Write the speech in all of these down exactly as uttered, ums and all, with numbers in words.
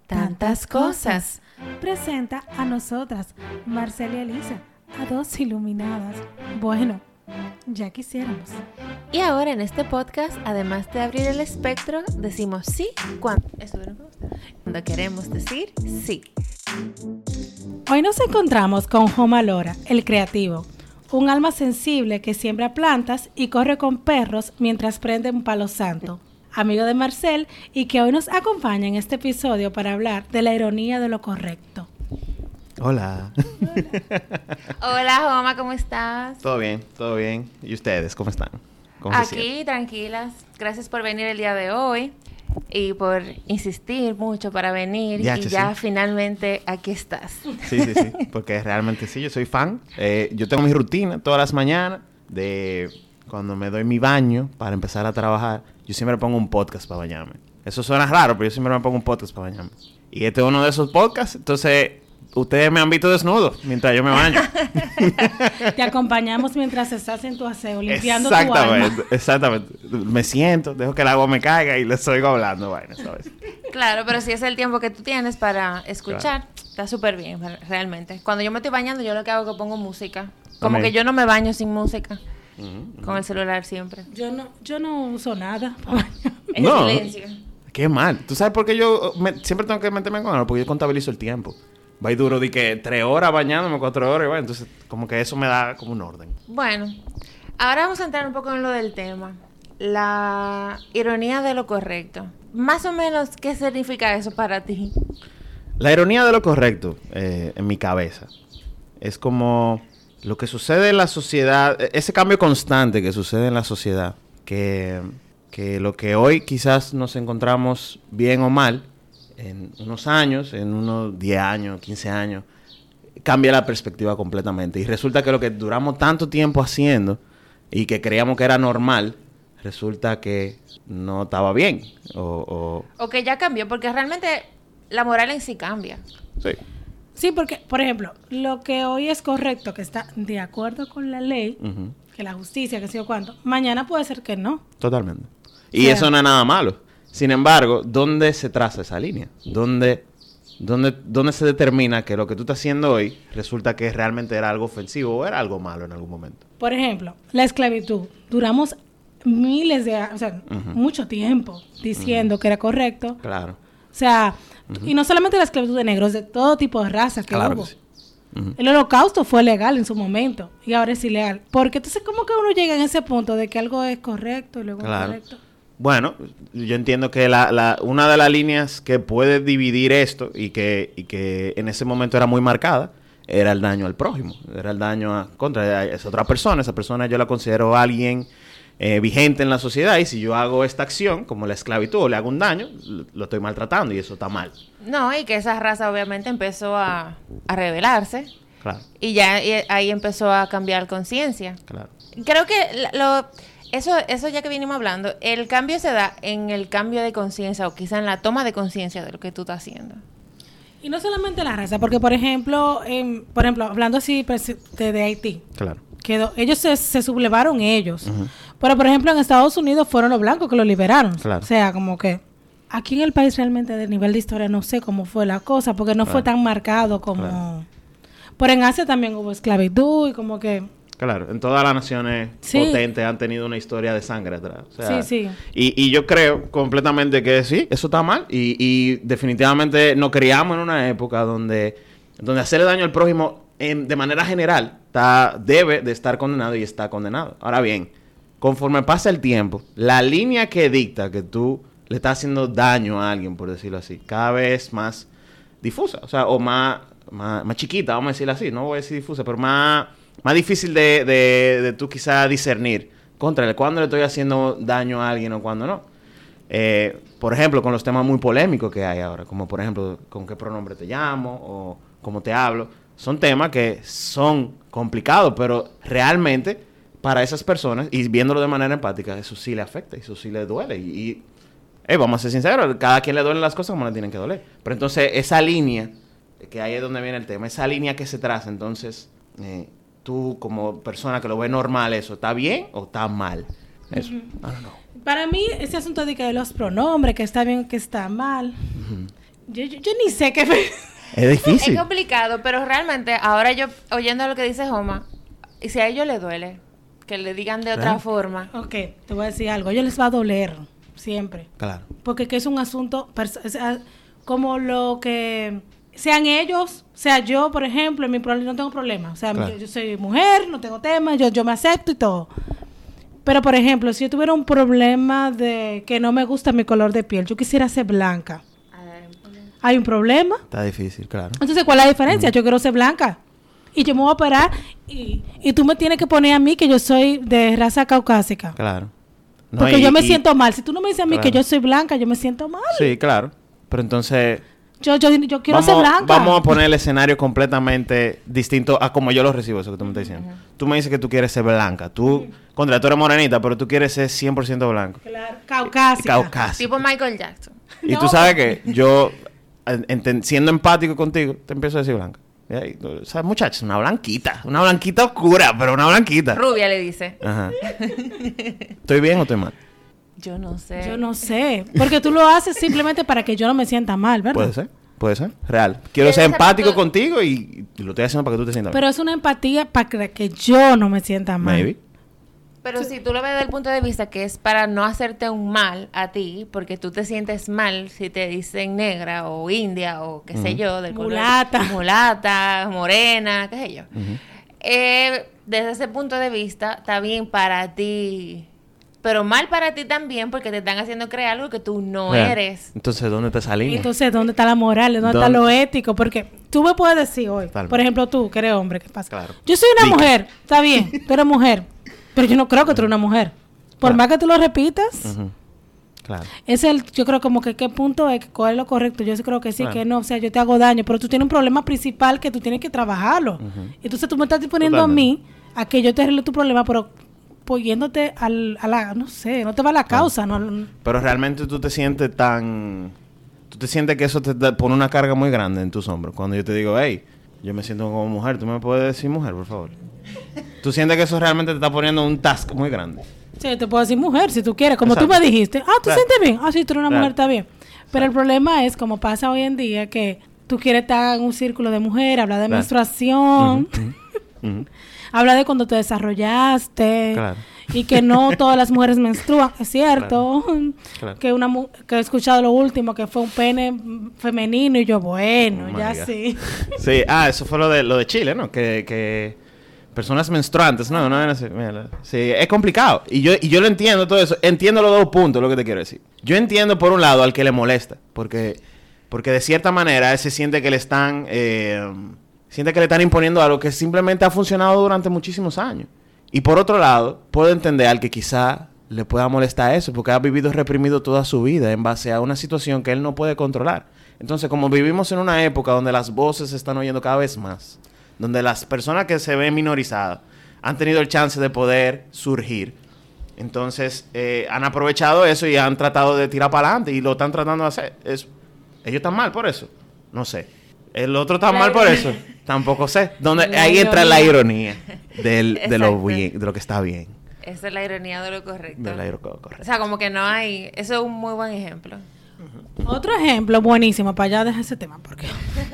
tantas cosas. Presenta a nosotras, Marcela y Elisa, a dos iluminadas. Bueno, ya quisiéramos. Y ahora en este podcast, además de abrir el espectro, decimos sí cuando, eso me gusta, cuando queremos decir sí. Hoy nos encontramos con Joma Lora, el creativo, un alma sensible que siembra plantas y corre con perros mientras prende un palo santo. Amigo de Marcel y que hoy nos acompaña en este episodio para hablar de la ironía de lo correcto. Hola. Hola, Joma, ¿cómo estás? Todo bien, todo bien. ¿Y ustedes cómo están? ¿Cómo Aquí, tranquilas. Gracias por venir el día de hoy y por insistir mucho para venir. Ya, y che, ya sí. finalmente aquí estás. Sí, sí, sí. Porque realmente sí, yo soy fan. Eh, yo tengo mi rutina todas las mañanas de cuando me doy mi baño para empezar a trabajar. Yo siempre pongo un podcast para bañarme. Eso suena raro, pero yo siempre me pongo un podcast para bañarme. Y este es uno de esos podcasts. Entonces, ustedes me han visto desnudo mientras yo me baño. Te acompañamos mientras estás en tu aseo, limpiando tu Exactamente, alma. exactamente. Me siento, dejo que el agua me caiga y les oigo hablando. Bueno, ¿sabes? Claro, pero si es el tiempo que tú tienes para escuchar, está súper bien, realmente. Cuando yo me estoy bañando, yo lo que hago es que pongo música. Como Amén. que yo no me baño sin música. Uh-huh. Con el celular siempre. Yo no, yo no uso nada para bañarme. En No. silencio. Qué mal. ¿Tú sabes por qué yo me- siempre tengo que meterme con algo? Porque yo contabilizo el tiempo. Va y duro de que tres horas bañándome, cuatro horas y bueno, entonces como que eso me da como un orden. Bueno, ahora vamos a entrar un poco en lo del tema. La ironía de lo correcto. Más o menos, ¿qué significa eso para ti? La ironía de lo correcto, eh, en mi cabeza, es como lo que sucede en la sociedad, e- ese cambio constante que sucede en la sociedad, que, que lo que hoy quizás nos encontramos bien o mal, en unos años, en unos diez años, quince años, cambia la perspectiva completamente. Y resulta que lo que duramos tanto tiempo haciendo y que creíamos que era normal, resulta que no estaba bien. O, o O que ya cambió, porque realmente la moral en sí cambia. sí. Sí, porque, por ejemplo, lo que hoy es correcto, que está de acuerdo con la ley, Ujú. que la justicia, que sé yo cuánto, mañana puede ser que no. Totalmente. Y sea, eso no es nada malo. Sin embargo, ¿dónde se traza esa línea? ¿Dónde, dónde, ¿Dónde se determina que lo que tú estás haciendo hoy resulta que realmente era algo ofensivo o era algo malo en algún momento? Por ejemplo, la esclavitud. Duramos miles de años, o sea, Ujú. mucho tiempo diciendo que era correcto. Claro. O sea, y no solamente la esclavitud de negros, de todo tipo de razas que Claro hubo. que sí. Ujú. El holocausto fue legal en su momento y ahora es ilegal. Porque entonces, ¿cómo que uno llega en ese punto de que algo es correcto y luego Claro. incorrecto? Bueno, yo entiendo que la, la, una de las líneas que puede dividir esto y que, y que en ese momento era muy marcada era el daño al prójimo, era el daño a contra esa otra persona. Esa persona yo la considero alguien eh, vigente en la sociedad y si yo hago esta acción, como la esclavitud, o le hago un daño, lo, lo estoy maltratando y eso está mal. No, y que esa raza obviamente empezó a, a rebelarse Claro, y ya y ahí empezó a cambiar conciencia. claro. Creo que la- lo eso eso ya que vinimos hablando, el cambio se da en el cambio de conciencia o quizá en la toma de conciencia de lo que tú estás haciendo. Y no solamente la raza, porque por ejemplo, em, por ejemplo, hablando así pues, de, de Haití, Claro. quedó, ellos se, se sublevaron ellos. Ujú. Pero por ejemplo en Estados Unidos fueron los blancos que los liberaron. Claro. O sea, como que aquí en el país realmente de nivel de historia no sé cómo fue la cosa, porque no fue Claro. tan marcado como... Claro. Pero en Asia también hubo esclavitud y como que... Claro, en todas las naciones Sí. potentes han tenido una historia de sangre atrás. O sea, Sí, sí. Y, y yo creo completamente que sí, eso está mal. Y, y definitivamente nos criamos en una época donde, donde hacerle daño al prójimo en- de manera general está, debe de estar condenado y está condenado. Ahora bien, conforme pasa el tiempo, la línea que dicta que tú le estás haciendo daño a alguien, por decirlo así, cada vez más difusa. O sea, o más, más, más chiquita, vamos a decirlo así. No voy a decir difusa, pero más... Más difícil de, de, de tú quizá discernir contra cuándo le estoy haciendo daño a alguien o cuándo no. Eh, por ejemplo, con los temas muy polémicos que hay ahora, como por ejemplo, con qué pronombre te llamo o cómo te hablo. Son temas que son complicados, pero realmente para esas personas, y viéndolo de manera empática, eso sí le afecta, eso sí le duele. Y, y eh, vamos a ser sinceros, cada quien le duelen las cosas como le tienen que doler. Pero entonces esa línea, que ahí es donde viene el tema, esa línea que se traza, entonces... Eh, tú como persona que lo ve normal eso, ¿está bien o está mal? Eso. Ujú. I don't know. Para mí, ese asunto de que los pronombres, que está bien, que está mal, Ujú. Yo, yo, yo ni sé qué... Me... Es difícil. Es complicado, pero realmente ahora yo, oyendo lo que dice Joma, y si a ellos les duele, que le digan de otra ¿Eh? forma. Ok, te voy a decir algo. A ellos les va a doler, siempre. Claro. Porque que es un asunto... pers- o sea, como lo que... Sean ellos, sea yo, por ejemplo, en mi problema, no tengo problema. O sea, Claro. yo, yo soy mujer, no tengo tema, yo, yo me acepto y todo. Pero, por ejemplo, si yo tuviera un problema de que no me gusta mi color de piel, yo quisiera ser blanca. Hay un problema. Está difícil, claro. Entonces, ¿cuál es la diferencia? Yo quiero ser blanca. Y yo me voy a operar y, y tú me tienes que poner a mí que yo soy de raza caucásica. Claro. No, Porque y- yo me y- siento mal. Si tú no me dices a mí Claro. que yo soy blanca, yo me siento mal. Sí, claro. Pero entonces... Yo, yo, yo quiero vamos, ser blanca. Vamos a poner el escenario completamente distinto a como yo lo recibo, eso que tú me estás diciendo. Tú me dices que tú quieres ser blanca. Tú, contra, tú eres morenita, pero tú quieres ser cien por ciento blanco. Claro, caucásica. Caucásico. Tipo Michael Jackson. Y No. tú sabes que yo, en- enten- siendo empático contigo, te empiezo a decir blanca. Y ahí, tú sabes, muchachos, una blanquita. Una blanquita oscura, pero una blanquita. Rubia le dice. Ajá. ¿Estoy bien o estoy mal? Yo no sé. Yo no sé. Porque tú lo haces simplemente para que yo no me sienta mal, ¿verdad? Puede ser, puede ser. Real. Quiero Debe ser ser empático porque- contigo y, y lo estoy haciendo para que tú te sientas Pero es una empatía para que, que yo no me sienta bien. mal. Maybe. Pero si tú lo ves desde el punto de vista que es para no hacerte un mal a ti, porque tú te sientes mal si te dicen negra o india o qué sé yo, del color- Mulata. mulata, morena, qué sé yo. Eh, desde ese punto de vista está bien para ti, pero mal para ti también porque te están haciendo creer algo que tú no Real. eres. Entonces, ¿dónde está esa línea? Entonces, ¿dónde está la moral? ¿Dónde, está ¿Dónde? lo ético? Porque tú me puedes decir hoy, Totalmente. por ejemplo, tú, que eres hombre, ¿qué pasa? Claro. Yo soy una Dica. mujer, está bien, tú eres mujer, pero yo no creo que tú eres una mujer. Por Claro. más que tú lo repitas, Ujú. Claro. es el, yo creo como que qué punto es, cuál es lo correcto. Yo sí creo que sí, Claro. que no, o sea, yo te hago daño, pero tú tienes un problema principal que tú tienes que trabajarlo. Ujú. Entonces tú me estás poniendo Totalmente. a mí a que yo te arregle tu problema, pero poniéndote al, a la, no sé, no te va a la causa, no. Pero realmente tú te sientes tan... Tú te sientes que eso te da- pone una carga muy grande en tus hombros. Cuando yo te digo, hey, yo me siento como mujer, ¿tú me puedes decir mujer, por favor? ¿Tú sientes que eso realmente te está poniendo un task muy grande? Sí, te puedo decir mujer si tú quieres, como tú Exacto. me dijiste. Ah, ¿tú Claro. sientes bien? Ah, sí, tú eres una Claro. mujer, está bien. Pero el problema es, como pasa hoy en día, que tú quieres estar en un círculo de mujer, hablar de Claro. menstruación, Ujú. Ujú. hablar de cuando te desarrollaste, Claro. y que no todas las mujeres menstruan, es cierto. Claro. Que una mu- que he escuchado lo último, que fue un pene mm, femenino, y yo, bueno, Oh my ya God. sí. Sí, ah, eso fue lo de, lo de Chile, ¿no? Que, que personas menstruantes, ¿no? no, no, sí, mira, sí, es complicado. Y yo, y yo lo entiendo todo eso. Entiendo los dos puntos, lo que te quiero decir. Yo entiendo, por un lado, al que le molesta. Porque, porque de cierta manera, él se siente que le están... eh, siente que le están imponiendo algo que simplemente ha funcionado durante muchísimos años. Y por otro lado, puedo entender al que quizá le pueda molestar eso, porque ha vivido reprimido toda su vida en base a una situación que él no puede controlar. Entonces, como vivimos en una época donde las voces se están oyendo cada vez más, donde las personas que se ven minorizadas han tenido el chance de poder surgir, entonces eh, han aprovechado eso y han tratado de tirar para adelante y lo están tratando de hacer. Es, ellos están mal por eso, no sé. El otro está La mal por ironía. eso, tampoco sé. Donde, La ahí entra la ironía. ironía del, de, lo Exacto. bien, de lo que está bien. Esa es la ironía de lo correcto. De la iro- O correcto. sea, como que no hay... Eso es un muy buen ejemplo. Otro ejemplo buenísimo, para allá dejar ese tema, porque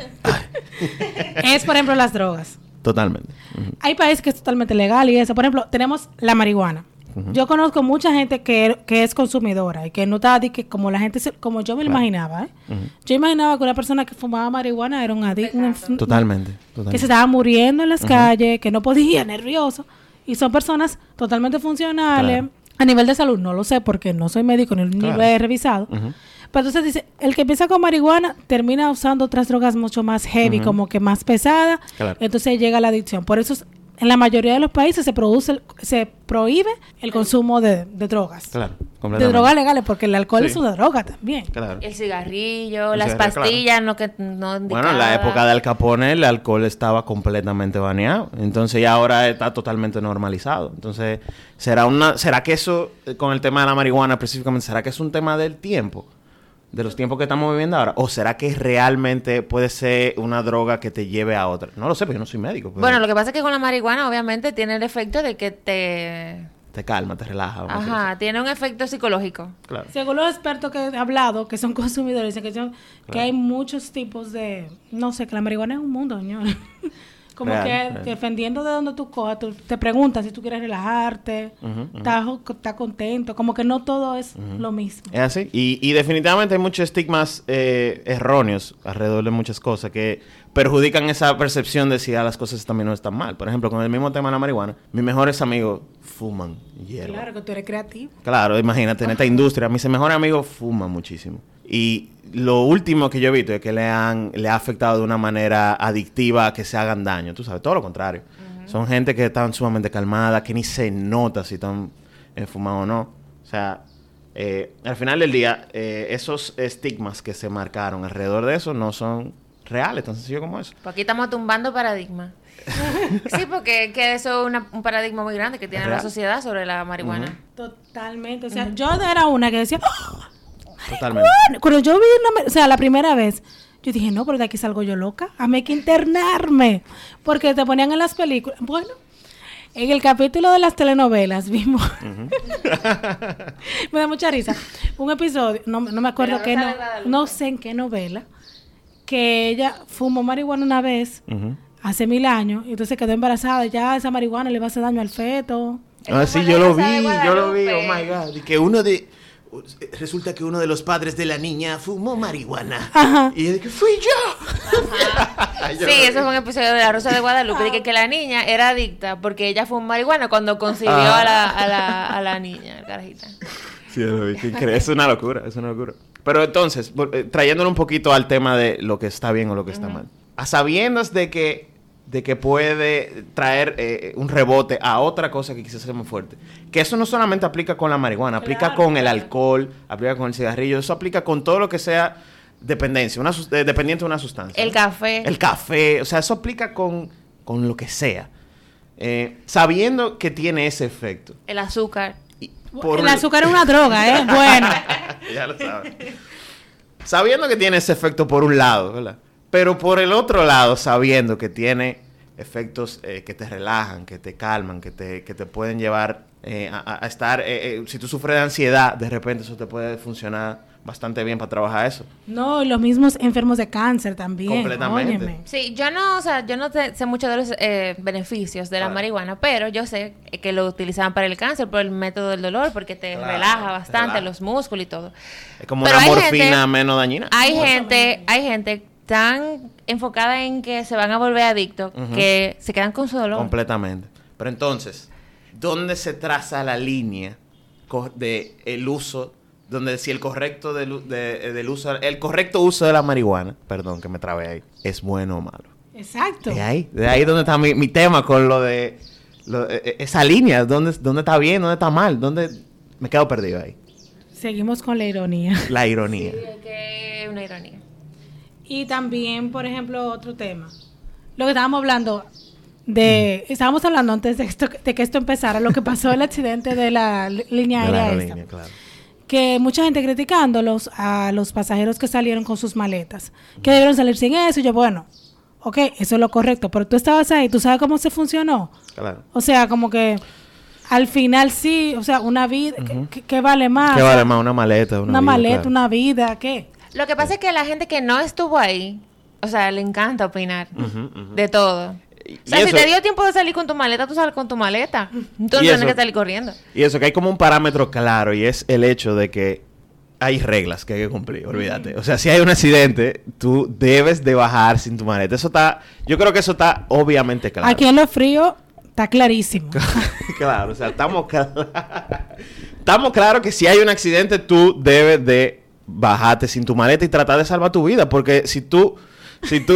es, por ejemplo, las drogas. Totalmente. Ujú. Hay países que es totalmente legal y eso. Por ejemplo, tenemos la marihuana. Ujú. Yo conozco mucha gente que, que es consumidora y que no está de que como la gente, se- como yo me lo Claro. imaginaba. ¿eh? Ujú. Yo imaginaba que una persona que fumaba marihuana era un adicto, un enf- Totalmente. que se Totalmente. estaba muriendo en las calles, que no podía, nervioso. Y son personas totalmente funcionales. Claro. A nivel de salud, no lo sé porque no soy médico ni, ni Claro. lo he revisado. Ujú. Pero entonces dice, el que empieza con marihuana termina usando otras drogas mucho más heavy, Ujú. como que más pesada. Claro. Entonces llega la adicción. Por eso es- en la mayoría de los países se produce, el- se prohíbe el consumo de, de drogas. Claro. De Completamente. drogas legales, porque el alcohol Sí. es una droga también. Claro. El cigarrillo, El las cigarrillo, pastillas, no que no Bueno, en indicadas. la época de Al Capone el alcohol estaba completamente baneado. Entonces ya ahora está totalmente normalizado. Entonces, ¿será una será que eso, eh, con el tema de la marihuana específicamente, será que es un tema del tiempo? De los tiempos que estamos viviendo ahora. ¿O será que realmente puede ser una droga que te lleve a otra? No lo sé, porque yo no soy médico. pero- Bueno, lo que pasa es que con la marihuana obviamente tiene el efecto de que te, te calma, te relaja. vamos a decir Ajá, así. tiene un efecto psicológico. Claro. Según los expertos que he hablado, que son consumidores, dicen que, son, que Claro. hay muchos tipos de... No sé, que la marihuana es un mundo, señor. Como Real, que real. dependiendo de donde tú cojas, tú te preguntas si tú quieres relajarte, Ujú, ujú. estás, estás contento. Como que no todo es lo mismo. Es así. Y, y definitivamente hay muchos estigmas eh, erróneos alrededor de muchas cosas que perjudican esa percepción de si ah, las cosas también no están mal. Por ejemplo, con el mismo tema de la marihuana, mis mejores amigos fuman hierba. Claro que tú eres creativo. Claro, imagínate, en esta industria, mis mejores amigos fuman muchísimo. Y lo último que yo he visto es que le han le ha afectado de una manera adictiva a que se hagan daño. Tú sabes, todo lo contrario. Uh-huh. Son gente que están sumamente calmada, que ni se nota si están eh, fumados o no. O sea, eh, al final del día, eh, esos estigmas que se marcaron alrededor de eso no son reales, tan sencillo como eso. Pues aquí estamos tumbando paradigmas. Sí, porque que eso es una, un paradigma muy grande que tiene la sociedad sobre la marihuana. Uh-huh. Totalmente. O sea, uh-huh. yo era una que decía... ¡Oh! Totalmente. Cuando yo vi, una, o sea, la primera vez, yo dije, no, pero de aquí salgo yo loca. A mí hay que internarme. Porque te ponían en las películas. Bueno, en el capítulo de las telenovelas vimos... Uh-huh. Me da mucha risa. Un episodio, no, no me acuerdo qué, no, no sé en qué novela, que ella fumó marihuana una vez, uh-huh. hace mil años, y entonces quedó embarazada. Y ya esa marihuana le va a hacer daño al feto. Ah, sí, yo lo vi, yo lo vi. Oh, my God. Y que uno de... Resulta que uno de los padres de la niña fumó marihuana. Ajá. Y yo dije, ¡fui yo! yo sí, eso fue un episodio de La Rosa de Guadalupe. Dije que la niña era adicta porque ella fumó marihuana cuando concibió ah. a, la, a, la, a la niña, la carajita. Sí, lo vi. Es una locura, es una locura. Pero entonces, eh, trayéndolo un poquito al tema de lo que está bien o lo que está uh-huh. mal. A sabiendas de que de que puede traer eh, un rebote a otra cosa que quizás sea muy fuerte. Que eso no solamente aplica con la marihuana, aplica claro, con el alcohol, aplica con el cigarrillo, eso aplica con todo lo que sea dependencia, una eh, dependiente de una sustancia. El ¿no? café. El café, o sea, eso aplica con, con lo que sea. Eh, sabiendo que tiene ese efecto. El azúcar. Y por el azúcar es una droga, ¿eh? Bueno. Ya lo sabes. Sabiendo que tiene ese efecto por un lado, ¿verdad? Pero por el otro lado, sabiendo que tiene efectos eh, que te relajan, que te calman, que te, que te pueden llevar eh, a, a estar... Eh, eh, si tú sufres de ansiedad, de repente eso te puede funcionar bastante bien para trabajar eso. No, y los mismos enfermos de cáncer también. Completamente. Óyeme. Sí, yo no, o sea, yo no te, sé mucho de los eh, beneficios de la claro. marihuana, pero yo sé que lo utilizaban para el cáncer por el método del dolor, porque te claro, relaja bastante relaja. los músculos y todo. Es como pero una morfina gente, menos dañina. Hay gente, hay gente tan enfocada en que se van a volver adictos uh-huh. que se quedan con su dolor. Completamente. Pero entonces, ¿dónde se traza la línea de el uso, donde si el correcto del, de, del uso, el correcto uso de la marihuana, perdón que me trabé ahí, es bueno o malo? Exacto. De ahí, de ahí donde está mi, mi tema con lo de lo, esa línea, ¿dónde, dónde está bien, dónde está mal, dónde me quedo perdido ahí. Seguimos con la ironía. La ironía. Sí, es que es una ironía. Y también, por ejemplo, otro tema. Lo que estábamos hablando de... Mm. Estábamos hablando antes de, esto, de que esto empezara, lo que pasó el accidente de la línea aérea esta. Línea, claro. Que mucha gente criticándolos a los pasajeros que salieron con sus maletas. Mm. Que debieron salir sin eso. Y yo, bueno, ok, eso es lo correcto. Pero tú estabas ahí, ¿tú sabes cómo se funcionó? Claro. O sea, como que... Al final sí, o sea, una vida... Uh-huh. ¿qué, qué vale más? ¿Qué vale más? Una maleta, una, una vida, maleta, claro. una vida, ¿qué? Lo que pasa es que a la gente que no estuvo ahí, o sea, le encanta opinar uh-huh, uh-huh. de todo. O sea, si eso, te dio tiempo de salir con tu maleta, tú sales con tu maleta. Entonces tienes que salir corriendo. Y eso, que hay como un parámetro claro, y es el hecho de que hay reglas que hay que cumplir, olvídate. Uh-huh. O sea, si hay un accidente, tú debes de bajar sin tu maleta. Eso está, yo creo que eso está obviamente claro. Aquí en lo frío está clarísimo. Claro, o sea, estamos claros. Estamos claros que si hay un accidente, tú debes de bajarte sin tu maleta y tratar de salvar tu vida, porque si tú si tú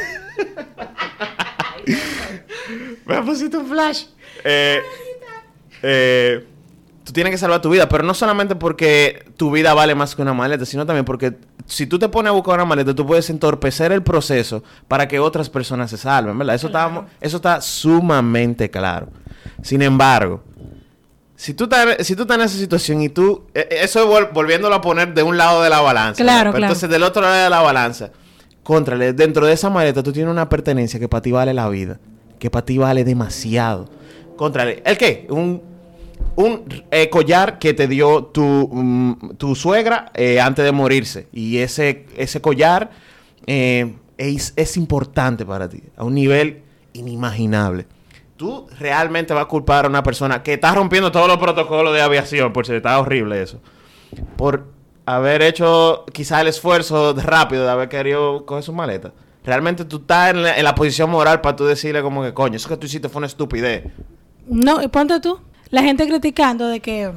me pusiste un flash eh, eh, tú tienes que salvar tu vida, pero no solamente porque tu vida vale más que una maleta, sino también porque si tú te pones a buscar una maleta, tú puedes entorpecer el proceso para que otras personas se salven, ¿verdad? Eso claro. está, eso está sumamente claro. Sin embargo, Si tú, estás, si tú estás en esa situación y tú... Eh, eso es vol- volviéndolo a poner de un lado de la balanza. Claro, claro. Entonces, del otro lado de la balanza, contrale, dentro de esa maleta tú tienes una pertenencia que para ti vale la vida. Que para ti vale demasiado. Contrale, ¿el qué? Un, un eh, collar que te dio tu, um, tu suegra eh, antes de morirse. Y ese, ese collar eh, es, es importante para ti, a un nivel inimaginable. Tú realmente vas a culpar a una persona que está rompiendo todos los protocolos de aviación, por si está horrible eso, por haber hecho quizás el esfuerzo rápido de haber querido coger su maleta. Realmente tú estás en la, en la posición moral para tú decirle como que, coño, eso que tú hiciste fue una estupidez. No, y ponte tú. La gente criticando de que,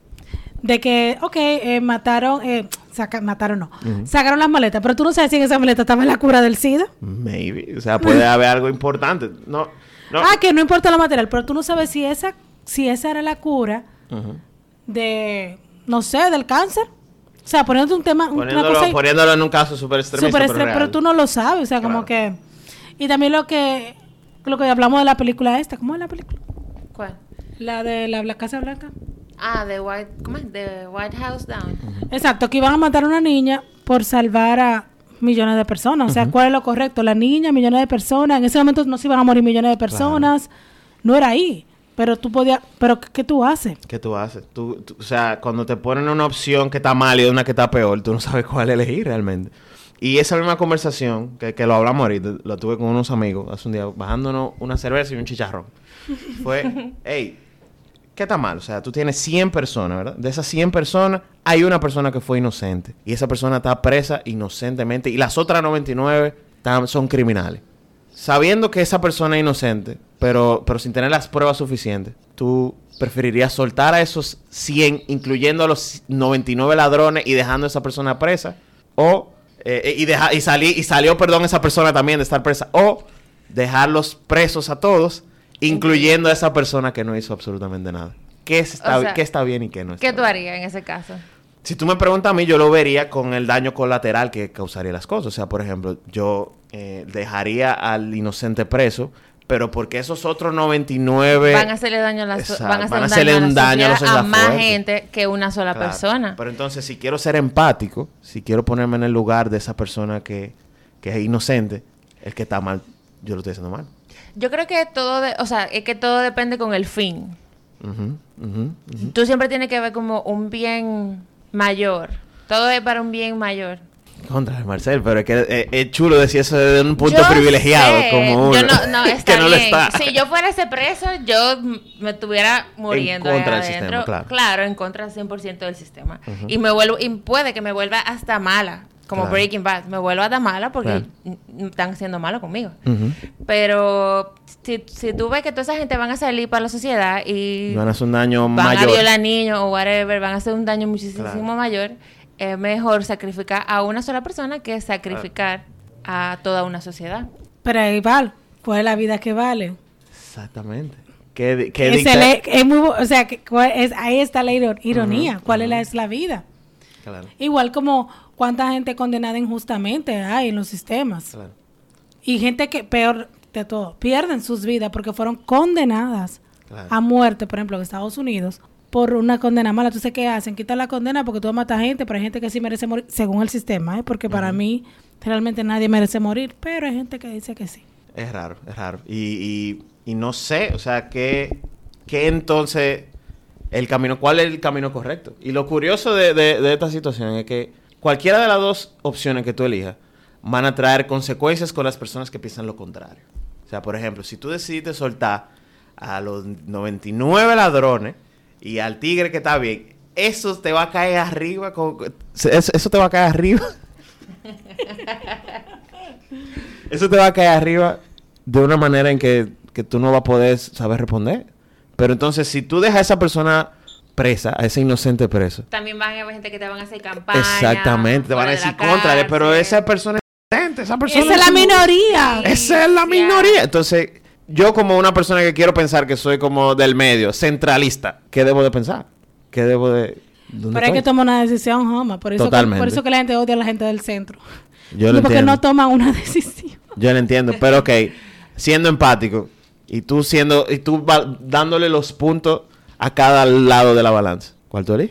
de que, ok, eh, mataron, eh, saca, mataron no, uh-huh. sacaron las maletas, pero tú no sabes si en esa maleta estaba la cura del SIDA. Maybe, o sea, puede haber algo importante. No, no. Ah, que no importa lo material, pero tú no sabes si esa, si esa era la cura uh-huh. de, no sé, del cáncer. O sea, poniéndote un tema, poniéndolo, una cosa poniéndolo en un caso súper extremista, super pero, extrem- pero tú no lo sabes, o sea, claro. como que, y también lo que, lo que hablamos de la película esta, ¿cómo es la película? ¿Cuál? La de la, la Casa Blanca. Ah, de White, ¿cómo es? De White House Down. Uh-huh. Exacto, que iban a matar a una niña por salvar a millones de personas. O sea, uh-huh. ¿cuál es lo correcto? La niña, millones de personas. En ese momento no se iban a morir millones de personas. Claro. No era ahí. Pero tú podías... ¿Pero qué, qué tú haces? ¿Qué tú haces? Tú, tú, o sea, cuando te ponen una opción que está mal y una que está peor, tú no sabes cuál elegir realmente. Y esa misma conversación, que, que lo hablamos ahorita, lo tuve con unos amigos hace un día, bajándonos una cerveza y un chicharrón. Fue, hey, ¿qué está mal? O sea, tú tienes cien personas, ¿verdad? De esas cien personas, hay una persona que fue inocente. Y esa persona está presa inocentemente. Y las otras noventa y nueve están, son criminales. Sabiendo que esa persona es inocente, pero, pero sin tener las pruebas suficientes, ¿tú preferirías soltar a esos cien, incluyendo a los noventa y nueve ladrones y dejando a esa persona presa? ¿O, eh, y, deja, y, salí, y salió, perdón, esa persona también de estar presa? ¿O dejarlos presos a todos, incluyendo a esa persona que no hizo absolutamente nada? ¿Qué está, o sea, ¿qué está bien y qué no está bien? ¿Qué tú bien? harías en ese caso? Si tú me preguntas a mí, yo lo vería con el daño colateral que causaría las cosas. O sea, por ejemplo, yo eh, dejaría al inocente preso, pero porque esos otros noventa y nueve... Van a hacerle daño a la so- van a, van a hacerle hacerle un daño a, la a más fuerte. gente que una sola Claro. persona. Pero entonces, si quiero ser empático, si quiero ponerme en el lugar de esa persona que, que es inocente, el que está mal, yo lo estoy haciendo mal. Yo creo que todo, de, o sea, es que todo depende con el fin. Uh-huh, uh-huh, uh-huh. Tú siempre tienes que ver como un bien mayor. Todo es para un bien mayor. Contra Marcel, pero es que es, es chulo decir eso desde un punto yo privilegiado sé. como uno. Yo no, no, está que no bien. lo está. Si yo fuera ese preso, yo me estuviera muriendo en contra ahí del adentro. sistema, claro. Claro, en contra cien por ciento del sistema. Uh-huh. Y me vuelvo, y puede que me vuelva hasta mala, como claro. Breaking Bad. Me vuelvo hasta mala porque claro. están siendo malos conmigo. Uh-huh. Pero si, si tú ves que toda esa gente van a salir para la sociedad y van a hacer un daño van mayor. a violar niños o whatever, van a hacer un daño muchísimo claro. mayor, es mejor sacrificar a una sola persona que sacrificar claro. a toda una sociedad. Pero ahí vale, ¿cuál es la vida que vale? Exactamente. ¿Qué, qué es, dicta... el, es muy, o sea, que, es, ahí está la ironía. Uh-huh, ¿Cuál uh-huh. es, la, es la vida? Claro. Igual como cuánta gente condenada injustamente hay en los sistemas. Claro. Y gente que, peor de todo, pierden sus vidas porque fueron condenadas claro. a muerte, por ejemplo, en Estados Unidos, por una condena mala. Entonces, ¿qué hacen? Quitan la condena porque tú matas gente, pero hay gente que sí merece morir, según el sistema, ¿eh? Porque uh-huh. para mí, realmente nadie merece morir, pero hay gente que dice que sí. Es raro, es raro. Y, y, y no sé, o sea, ¿qué, qué entonces el camino, cuál es el camino correcto? Y lo curioso de, de, de esta situación es que cualquiera de las dos opciones que tú elijas van a traer consecuencias con las personas que piensan lo contrario. O sea, por ejemplo, si tú decidiste soltar a los noventa y nueve ladrones y al tigre que está bien, eso te va a caer arriba. Con, eso, eso te va a caer arriba. Eso te va a caer arriba de una manera en que, que tú no vas a poder saber responder. Pero entonces, si tú dejas a esa persona presa, a ese inocente preso. También van a haber gente que te van a hacer campaña. Exactamente, te van a decir contra, pero esa persona es inocente, esa persona esa es la minoría. Esa es la minoría. Entonces, yo como una persona que quiero pensar que soy como del medio, centralista, ¿qué debo de pensar? ¿Qué debo de...? Pero hay que tomar una decisión, Joma. Por eso, que, por eso que la gente odia a la gente del centro. Yo lo porque entiendo. no toman una decisión. Yo lo entiendo, pero ok, siendo empático y tú siendo y tú va, dándole los puntos a cada lado de la balanza, ¿cuál tú eliges?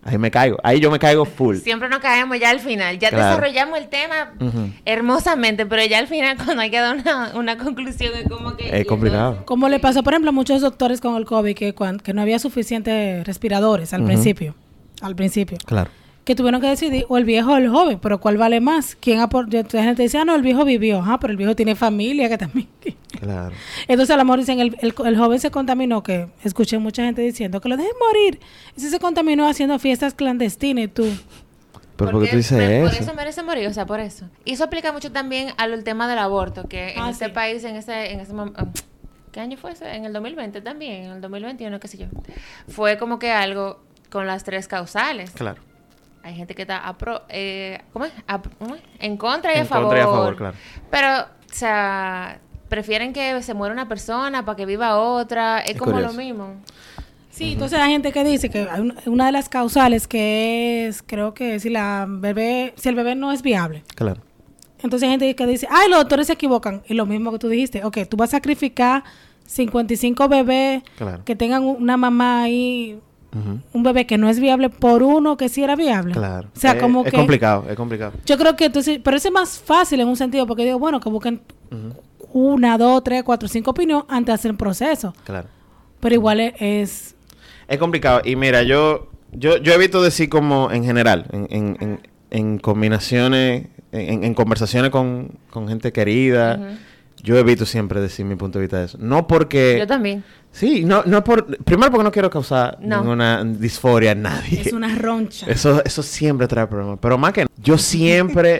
Ahí me caigo. Ahí yo me caigo full. Siempre nos caemos ya al final. Ya Claro. desarrollamos el tema Ujú. hermosamente, pero ya al final cuando hay que dar una, una conclusión es como que... Es complicado. Como le pasó, por ejemplo, a muchos doctores con el COVID, que, cuan- que no había suficientes respiradores al Ujú. principio. Al principio. Claro. Que tuvieron que decidir, o el viejo o el joven, pero ¿cuál vale más? ¿Quién apor- La gente dice, ah, no, el viejo vivió. Ah, pero el viejo tiene familia que también... Claro. Entonces a lo mejor dicen, el, el, el joven se contaminó, que escuché mucha gente diciendo que lo dejen morir. Ese se contaminó haciendo fiestas clandestinas y tú... Pero ¿por qué tú dices me- eso? Por eso merece morir, o sea, por eso. Y eso aplica mucho también al tema del aborto, que en Ah, este sí. país, en ese, en ese momento... ¿Qué año fue ese? En el dos mil veinte también, en el dos mil veintiuno, qué sé yo. Fue como que algo con las tres causales. Claro. Hay gente que está a pro- eh, ¿cómo es? A- ¿cómo es? En contra y En a favor. contra y a favor, claro. Pero, o sea, prefieren que se muera una persona para que viva otra. Es, Es como curioso. lo mismo. Sí, entonces hay gente que dice que hay un- una de las causales que es, creo que si la bebé, si el bebé no es viable. Claro. Entonces hay gente que dice, ay, los doctores se equivocan. Y lo mismo que tú dijiste, ok, tú vas a sacrificar cincuenta y cinco bebés Claro. que tengan una mamá ahí, Ujú. un bebé que no es viable por uno que sí era viable. Claro. O sea, Es- como es que... complicado, es complicado. Yo creo que entonces, pero ese es más fácil en un sentido, porque digo, bueno, que busquen Ujú. una, dos, tres, cuatro, cinco opiniones antes de hacer un proceso. Claro. Pero igual es... es- Es complicado. Y mira, yo, yo, yo evito decir como en general, en, en, en, en combinaciones, en, en conversaciones con, con gente querida, Ujú. yo evito siempre decir mi punto de vista de eso. No porque... Yo también. Sí, no, no por... Primero porque no quiero causar No. ninguna disforia a nadie. es una roncha. Eso, eso siempre trae problemas. Pero más que... Yo siempre...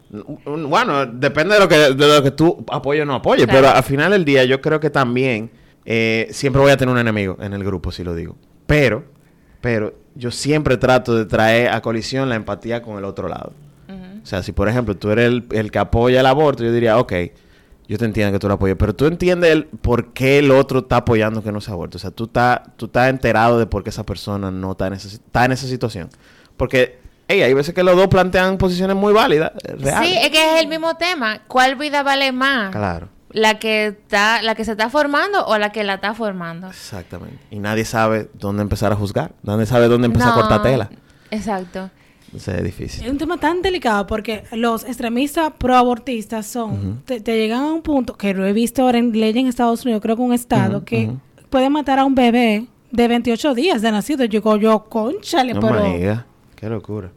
Bueno, depende de lo que, de lo que tú apoyes o no apoyes. Claro. Pero al final del día yo creo que también... eh, siempre voy a tener un enemigo en el grupo, si lo digo. Pero... Pero yo siempre trato de traer a colisión la empatía con el otro lado. Ujú. O sea, si por ejemplo tú eres el, el que apoya el aborto, yo diría, ok, yo te entiendo que tú lo apoyes, pero tú entiendes el por qué el otro está apoyando que no se aborte. O sea, tú estás tú estás enterado de por qué esa persona no está en esa, si- está en esa situación. Porque, hey, hay veces que los dos plantean posiciones muy válidas, eh, reales. Sí, es que es el mismo tema. ¿Cuál vida vale más? Claro, ¿La que está, la que se está formando o la que la está formando? exactamente. Y nadie sabe dónde empezar a juzgar, nadie sabe dónde empezar a No, cortar tela. Exacto. Entonces es difícil. Es un tema tan delicado porque los extremistas proabortistas son, Ujú. te, te llegan a un punto que lo he visto ahora en ley en Estados Unidos, creo que un estado Ujú, que ujú. puede matar a un bebé de veintiocho días de nacido. Yo digo, yo, conchale, No pero... me digas. Qué locura.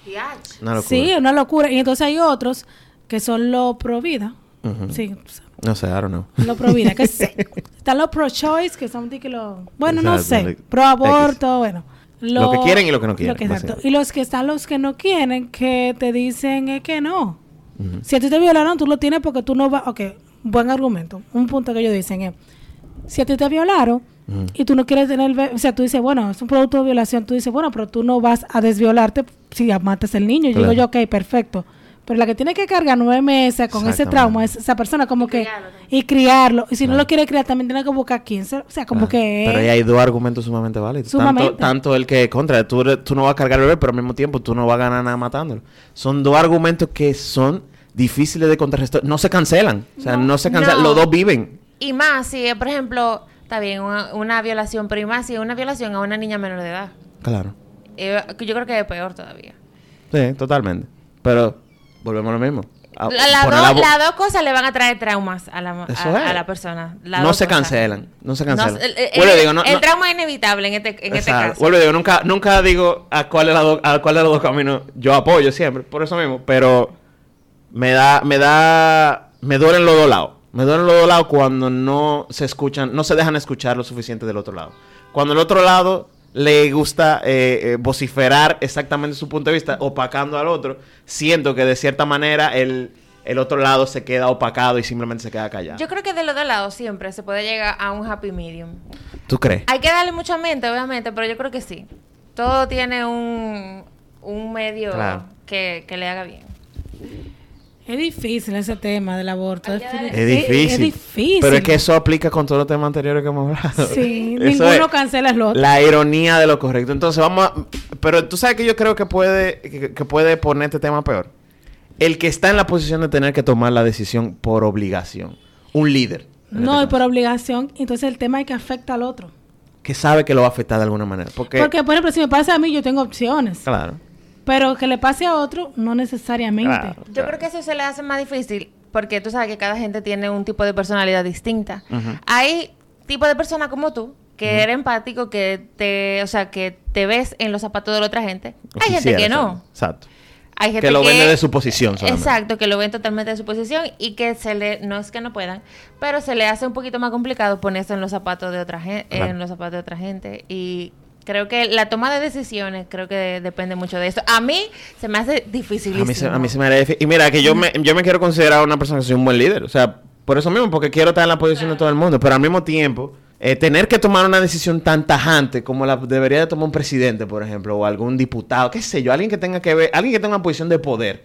Una locura. Sí, es una locura. Y entonces hay otros que son los pro vida. Ujú. Sí, No sé, I don't know. los pro vida, que sé. Están los pro choice, que son de que lo... Bueno, no Exacto, sé. like, Pro aborto, bueno. Lo que quieren y lo que no quieren, que exacto. básicamente. Y los que están los que no quieren, que te dicen es que no. Ujú. Si a ti te violaron, tú lo tienes porque tú no vas... Ok, buen argumento. Un punto que ellos dicen es... Si a ti te violaron Ujú. y tú no quieres tener... be- O sea, tú dices, bueno, es un producto de violación. Tú dices, bueno, pero tú no vas a desviolarte si matas al niño. Y Claro. digo yo, ok, perfecto. Pero la que tiene que cargar nueve meses con ese Exactamente. trauma es esa persona como Y que... criarlo también. Y criarlo. Y si no Claro. lo quiere criar, también tiene que buscar quién se... O sea, como Claro. que... Pero ahí hay dos argumentos sumamente válidos. Sumamente. Tanto, tanto el que contra, tú, eres- tú no vas a cargar el bebé, pero al mismo tiempo tú no vas a ganar nada matándolo. Son dos argumentos que son difíciles de contrarrestar. No se cancelan. O sea, no, se cancelan. No. Los dos viven. Y más si, eh, por ejemplo, está bien, una, una violación, pero y más si es una violación a una niña menor de edad. Claro. Eh, que yo creo que es peor todavía. Sí, totalmente. Pero volvemos a lo mismo. A- La- la poner dos- la vo- Las dos cosas le van a traer traumas a la, Eso a, es. a la persona. Las no dos se cosas. cancelan. No se cancelan. No, el, el- Vuelvo y el- digo, no- el no- trauma es inevitable en este, en este Exacto. caso. Vuelvo y digo, nunca, nunca digo a cuál, de las dos- a cuál de los dos caminos yo apoyo siempre, por eso mismo, pero me da, me da, me duelen los dos lados. Me duelen los dos lados cuando no se escuchan, no se dejan escuchar lo suficiente del otro lado. Cuando el otro lado le gusta eh, eh, vociferar exactamente su punto de vista, opacando al otro, siento que de cierta manera el, el otro lado se queda opacado y simplemente se queda callado. Yo creo que de los dos lados siempre se puede llegar a un happy medium. ¿Tú crees? Hay que darle mucha mente, obviamente, pero yo creo que sí. Todo tiene un, un medio Claro. que, que le haga bien. Es difícil ese tema del aborto. Hay que darle- Es difícil. Es, difícil. Pero es que eso aplica con todos los temas anteriores que hemos hablado. Sí, Eso ninguno es cancela el otro. la ironía de lo correcto. Entonces vamos a... Pero tú sabes que yo creo que puede, que, que puede poner este tema peor. El que está en la posición de tener que tomar la decisión por obligación. Un líder. en No, este y por caso. obligación. Entonces el tema es que afecta al otro. que sabe que lo va a afectar de alguna manera. Porque, Porque, por ejemplo, si me pasa a mí, yo tengo opciones. Claro. Pero que le pase a otro, no necesariamente. Claro. Yo creo que eso se le hace más difícil porque tú sabes que cada gente tiene un tipo de personalidad distinta. Uh-huh. Hay tipos de personas como tú que uh-huh. eres empático, que te, o sea, que te ves en los zapatos de la otra gente. O Hay gente que no. Exacto. Hay gente que lo que, ven de su posición solamente. Exacto, que lo ven totalmente de su posición y que se le, no es que no puedan, pero se le hace un poquito más complicado ponerse en los zapatos de otra gente, claro. en los zapatos de otra gente. Y creo que la toma de decisiones creo que de, depende mucho de eso. A mí se me hace dificilísimo. A mí se, a mí se me hace difícil. Y mira, que yo me, yo me quiero considerar una persona que soy un buen líder. O sea, por eso mismo, porque quiero estar en la posición claro. de todo el mundo. Pero al mismo tiempo, eh, tener que tomar una decisión tan tajante como la debería de tomar un presidente, por ejemplo, o algún diputado, qué sé yo, alguien que tenga que ver, alguien que tenga una posición de poder,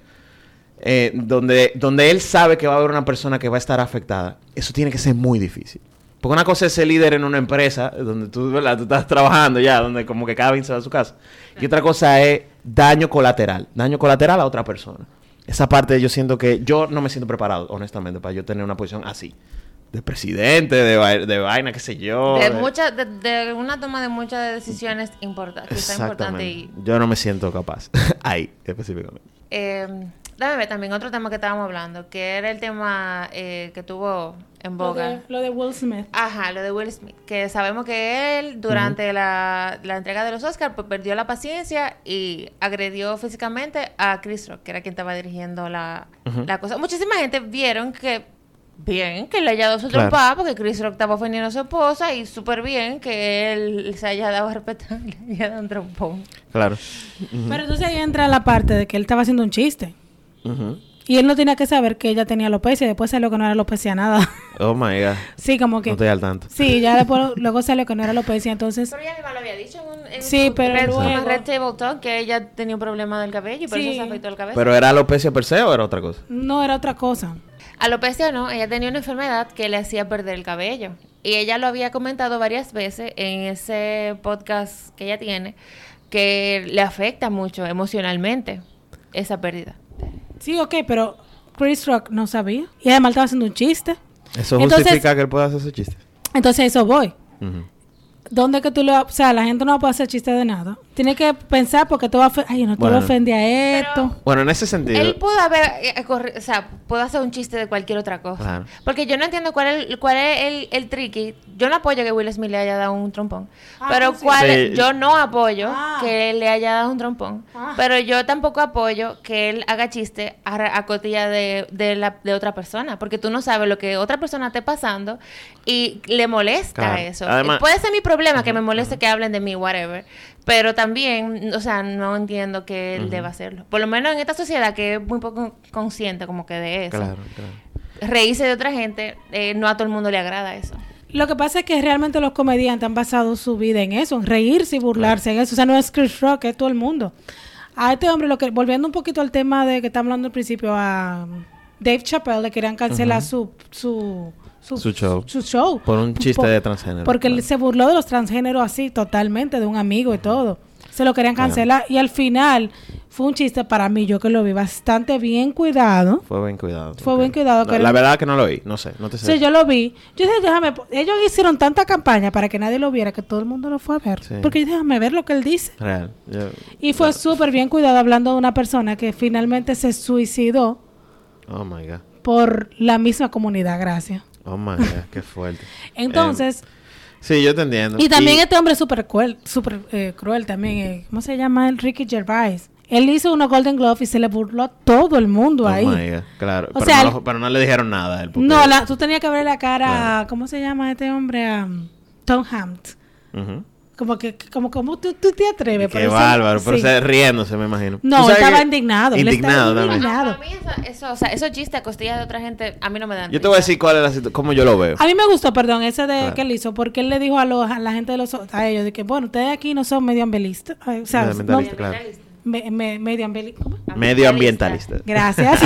eh, donde, donde él sabe que va a haber una persona que va a estar afectada. Eso tiene que ser muy difícil. Porque una cosa es ser líder en una empresa donde tú, ¿verdad? tú estás trabajando ya, donde como que cada quien se va a su casa. Y otra cosa es daño colateral. Daño colateral a otra persona. Esa parte yo siento que yo no me siento preparado, honestamente, para yo tener una posición así. De presidente, de, va- de vaina, qué sé yo. De, de... mucha, de, de una toma de muchas decisiones importantes. Que está importante y... Yo no me siento capaz. Ahí, específicamente. Eh, dame ver también otro tema que estábamos hablando, que era el tema eh, que tuvo en boga. Lo de, lo de Will Smith. Ajá, lo de Will Smith. Que sabemos que él, durante uh-huh. la, la entrega de los Oscars, pues perdió la paciencia y agredió físicamente a Chris Rock, que era quien estaba dirigiendo la, uh-huh. la cosa. Muchísima gente vieron que bien que le haya dado su claro. trompada porque Chris Rock estaba ofendiendo a su esposa y súper bien que él se haya dado a respetar y le haya dado un trompón. Claro. Uh-huh. Pero entonces ahí entra la parte de que él estaba haciendo un chiste. Uh-huh. Y él no tenía que saber que ella tenía alopecia y después salió que no era alopecia nada. Oh my God. Sí, como que... No estoy al tanto. Sí, ya después luego salió que no era alopecia, entonces... Pero ella misma lo había dicho en un... En sí, pero red, luego... Red Table Talk que ella tenía un problema del cabello y por sí. eso se afectó el cabello. ¿Pero era alopecia per se o era otra cosa? No, era otra cosa. Alopecia no, ella tenía una enfermedad que le hacía perder el cabello. Y ella lo había comentado varias veces en ese podcast que ella tiene, que le afecta mucho emocionalmente esa pérdida. Sí, ok, pero Chris Rock no sabía. Y además estaba haciendo un chiste. Eso entonces, justifica que él pueda hacer ese chiste. Entonces eso voy. Uh-huh. ¿Dónde que tú le... O sea, la gente no puede hacer chiste de nada. Tiene que pensar porque te va a... Ofe- Ay, yo no te bueno, voy a ofender a esto. Pero bueno, en ese sentido... Él pudo haber... Eh, corri- o sea, pudo hacer un chiste de cualquier otra cosa. Claro. Porque yo no entiendo cuál es, cuál es el, el tricky. Yo no apoyo que Will Smith le haya dado un trompón. Ah, pero pues sí. cuál es, yo no apoyo ah. que él le haya dado un trompón. Ah. Pero yo tampoco apoyo que él haga chiste a, a cotilla de, de, la, de otra persona. Porque tú no sabes lo que otra persona esté pasando y le molesta claro. eso. Además, puede ser mi problema uh-huh, que me moleste uh-huh. que hablen de mí, whatever. Pero también, o sea, no entiendo que él uh-huh. deba hacerlo. Por lo menos en esta sociedad que es muy poco consciente como que de eso. Claro, claro. Reírse de otra gente, eh, no a todo el mundo le agrada eso. Lo que pasa es que realmente los comediantes han basado su vida en eso, en reírse y burlarse claro. en eso. O sea, no es Chris Rock, es todo el mundo. A este hombre, lo que volviendo un poquito al tema de que estamos hablando al principio, a Dave Chappelle le querían cancelar uh-huh. su... su Su, su show. Su show. Por un chiste por, de transgénero. Porque claro. él se burló de los transgéneros así, totalmente, de un amigo y todo. Se lo querían cancelar. Claro. Y al final, fue un chiste para mí, yo que lo vi bastante bien cuidado. Fue bien cuidado. Fue okay. bien cuidado. No, que la era... verdad que no lo vi, no sé, no te sé. Sí, yo lo vi. Yo dije, déjame... Ellos hicieron tanta campaña para que nadie lo viera, que todo el mundo lo fue a ver. Sí. Porque yo dije, déjame ver lo que él dice. Real. Yo, y fue claro. súper bien cuidado hablando de una persona que finalmente se suicidó. Oh, my God. Por la misma comunidad, gracias. Oh, my God, qué fuerte. Entonces... Eh, sí, yo te entiendo. Y también y... este hombre es súper cruel, súper eh, cruel también. Eh, ¿Cómo se llama él? Ricky Gervais. Él hizo unos Golden Glove y se le burló a todo el mundo oh ahí. My God, claro. O pero, sea, no lo, pero no le dijeron nada a él. Porque... No, la, tú tenías que ver la cara claro. a... ¿Cómo se llama este hombre? Um, Tom Hanks. Uh-huh. Como que, como, como tú, tú te atreves. Qué bárbaro, pero sí. se, riéndose, me imagino. No, él estaba indignado. Indignado él estaba también. indignado. A mí eso, eso, o sea, esos chistes a costillas de otra gente, a mí no me dan. Yo te voy a decir cuál es la situación, cómo yo lo veo. A mí me gustó, perdón, ese de claro. que él hizo, porque él le dijo a, los, a la gente de los, a ellos, de que, bueno, ustedes aquí no son medioambientalistas. O sea, no, claro. me, me, medioambientalistas. Medioambientalistas. Gracias.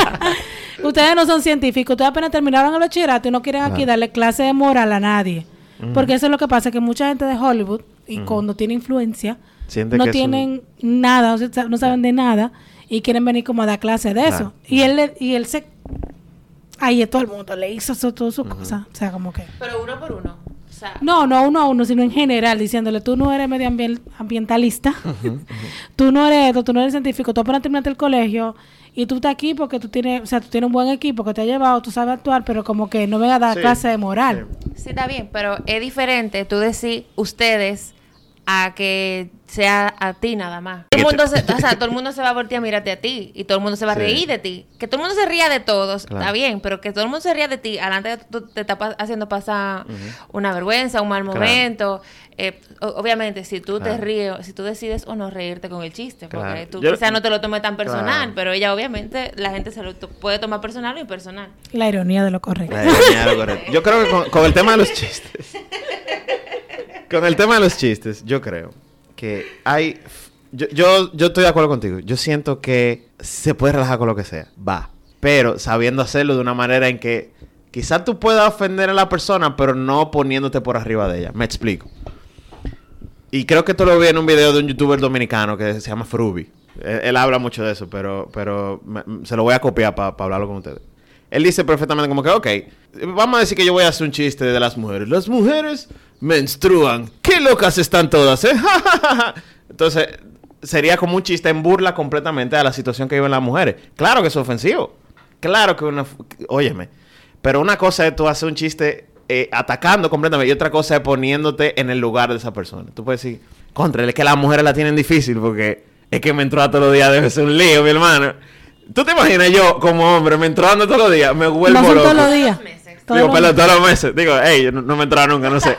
Ustedes no son científicos, ustedes apenas terminaron el bachillerato y no quieren claro. aquí darle clase de moral a nadie. Uh-huh. Porque eso es lo que pasa, que mucha gente de Hollywood, y uh-huh. cuando tiene influencia, Siente no tienen un... nada, o sea, no saben de nada, y quieren venir como a dar clase de claro. eso. Y él le, y él se... Ahí todo el mundo le hizo eso, todas sus uh-huh. cosas. O sea, como que... Pero uno por uno. sea, no, no uno a uno, sino en general, diciéndole, tú no eres medioambientalista, uh-huh, uh-huh. tú no eres esto, tú no eres científico, tú apenas terminaste el colegio y tú estás aquí porque tú tienes, o sea, tú tienes un buen equipo que te ha llevado, tú sabes actuar, pero como que no me va a dar sí, clase de moral. Sí. sí, está bien, pero es diferente tú decir ustedes a que sea a ti nada más. Todo el mundo se, o sea, todo el mundo se va a voltear a mirarte a ti y todo el mundo se va a sí. reír de ti. Que todo el mundo se ría de todos, claro. está bien, pero que todo el mundo se ría de ti, adelante tú te estás haciendo pasar uh-huh. una vergüenza, un mal momento. Claro. Eh, obviamente, si tú claro. te ríes, si tú decides o no reírte con el chiste, porque claro. tú Yo, quizás no te lo tomes tan personal, claro. pero ella obviamente, la gente se lo to- puede tomar personal o impersonal. La ironía de lo correcto. La ironía de lo correcto. Yo creo que con, con el tema de los chistes, con el tema de los chistes, yo creo que hay... Yo, yo, yo estoy de acuerdo contigo. Yo siento que se puede relajar con lo que sea. Va. Pero sabiendo hacerlo de una manera en que quizás tú puedas ofender a la persona, pero no poniéndote por arriba de ella. Me explico. Y creo que esto lo vi en un video de un youtuber dominicano que se llama Fruby. Él, él habla mucho de eso, pero, pero me, se lo voy a copiar para pa hablarlo con ustedes. Él dice perfectamente como que, ok, vamos a decir que yo voy a hacer un chiste de las mujeres. Las mujeres menstruan. ¡Qué locas están todas, eh! Entonces, sería como un chiste en burla completamente a la situación que viven las mujeres. Claro que es ofensivo. Claro que una... Óyeme. Pero una cosa es tú hacer un chiste eh, atacando completamente y otra cosa es poniéndote en el lugar de esa persona. Tú puedes decir, contra, es que las mujeres la tienen difícil porque es que menstrua todos los días debe ser un lío, mi hermano. ¿Tú te imaginas yo, como hombre, menstruando todos los días? Me vuelvo no son loco. todos los días. Digo, los pero todos los meses. Digo, hey, no, no me entraba nunca, no sé.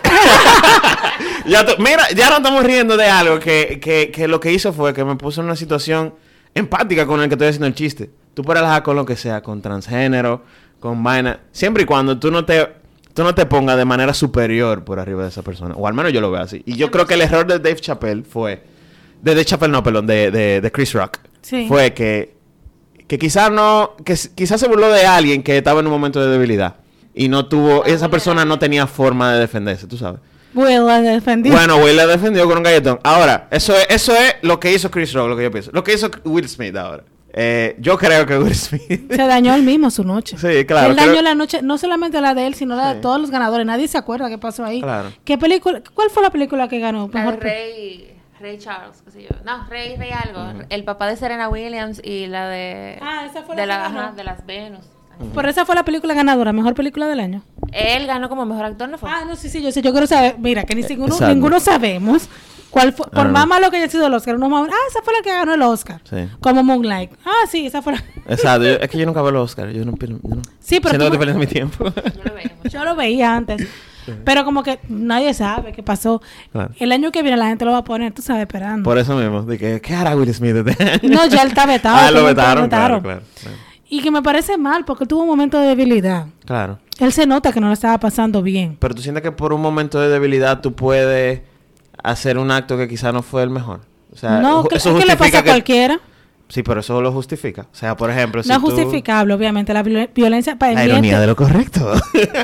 ya to, mira, ya no estamos riendo de algo que, que, que lo que hizo fue que me puso en una situación empática con el que estoy haciendo el chiste. Tú puedes relajar con lo que sea, con transgénero, con vaina. Siempre y cuando tú no te, tú no te pongas de manera superior por arriba de esa persona. O al menos yo lo veo así. Y yo creo que el error de Dave Chappelle fue... De Dave Chappelle, no, perdón, de, de, de Chris Rock. Sí. Fue que... Que quizás no... Que quizás se burló de alguien que estaba en un momento de debilidad. Y no tuvo... Esa persona no tenía forma de defenderse, tú sabes. Will la defendió. Bueno, Will la defendió con un galletón. Ahora, eso es, eso es lo que hizo Chris Rock, lo que yo pienso. Lo que hizo Will Smith ahora. Eh, yo creo que Will Smith... Se dañó él mismo su noche. Sí, claro. Él creo... dañó la noche, no solamente la de él, sino la sí. de todos los ganadores. Nadie se acuerda qué pasó ahí. Claro. ¿Qué película? ¿Cuál fue la película que ganó? La de Rey... Rey Charles, qué sé yo. No, Rey, Rey algo. Uh-huh. El papá de Serena Williams y la de... Ah, esa fue de la la, que ajá, de las Venus. Uh-huh. Por esa fue la película ganadora, mejor película del año. Él ganó como mejor actor, ¿no fue? Ah, no, sí, sí, yo sé. Yo quiero saber, mira, que ni ninguno, ninguno sabemos cuál fue, por más malo que haya sido el Oscar. Uno más, ah, esa fue la que ganó el Oscar. Sí. Como Moonlight. Ah, sí, esa fue la... Exacto. Yo, es que yo nunca veo el Oscar. Yo no... Yo no sí, pero... Siento que te mi tiempo. Yo lo veía. Yo lo veía antes. Sí. Pero como que nadie sabe qué pasó. Claro. El año que viene la gente lo va a poner, tú sabes, esperando. Por eso mismo. De que, ¿qué hará Will Smith este año? No, ya él está vetado. Ah, lo vetaron, claro, claro, claro. Y que me parece mal, porque él tuvo un momento de debilidad. Claro. Él se nota que no lo estaba pasando bien. Pero tú sientes que por un momento de debilidad tú puedes hacer un acto que quizá no fue el mejor. O sea, no, que, eso es que le pasa a cualquiera. Sí, pero eso lo justifica. O sea, por ejemplo, si no es tú... justificable, obviamente. La violencia... Para la ironía de lo correcto.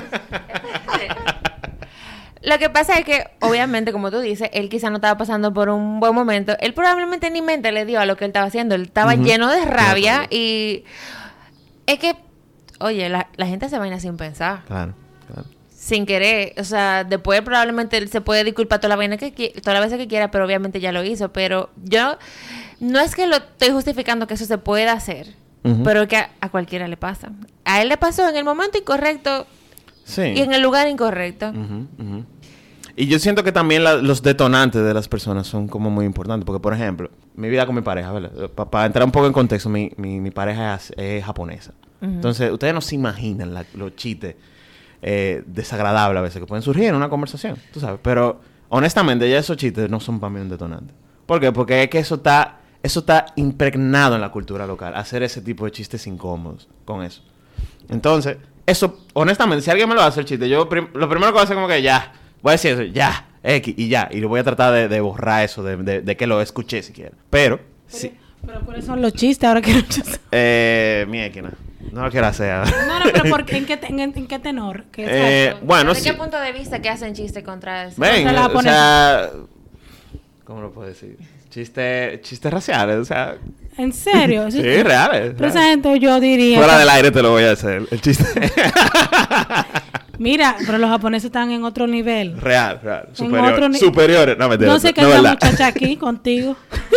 Lo que pasa es que, obviamente, como tú dices, él quizá no estaba pasando por un buen momento. Él probablemente ni mente le dio a lo que él estaba haciendo. Él estaba uh-huh. lleno de rabia claro. y... Es que, oye, la, la gente se vaina sin pensar. Claro, claro. Sin querer. O sea, después probablemente él se puede disculpar toda la vaina que todas las veces que quiera, pero obviamente ya lo hizo. Pero yo... No es que lo estoy justificando que eso se pueda hacer, uh-huh. pero que a, a cualquiera le pasa. A él le pasó en el momento incorrecto sí. y en el lugar incorrecto. Uh-huh, uh-huh. Y yo siento que también la, los detonantes de las personas son como muy importantes. Porque, por ejemplo, mi vida con mi pareja, ¿verdad? Para pa entrar un poco en contexto, mi, mi, mi pareja es, es japonesa. Uh-huh. Entonces, ustedes no se imaginan la, los chistes eh, desagradables a veces que pueden surgir en una conversación, tú sabes. Pero, honestamente, ya esos chistes no son para mí un detonante. ¿Por qué? Porque es que eso está... Eso está impregnado en la cultura local. Hacer ese tipo de chistes incómodos con eso. Entonces, eso, honestamente, si alguien me lo hace el chiste, yo prim lo primero que voy a hacer es como que ya, voy a decir eso, ya, X, y ya. Y lo voy a tratar de, de borrar eso, de, de, de que lo escuché siquiera. Pero, pero sí. Pero ¿cuáles son los chistes ahora que no Eh, mi equina. No lo quiero hacer. No, no, pero ¿por qué? ¿En, qué, en, en qué tenor? ¿Qué es eh, bueno, ¿De sí. qué punto de vista que hacen chistes contra eso? Ven, contra la o sea... ¿Cómo lo puedo decir? Chistes chistes raciales, o sea... ¿En serio? Sí, sí reales. Pero esa gente yo diría... Fuera que... del aire te lo voy a hacer, el chiste. Mira, pero los japoneses están en otro nivel. Real, real. Superior, otro ni- superiores. No, me no sé qué es la muchacha aquí contigo.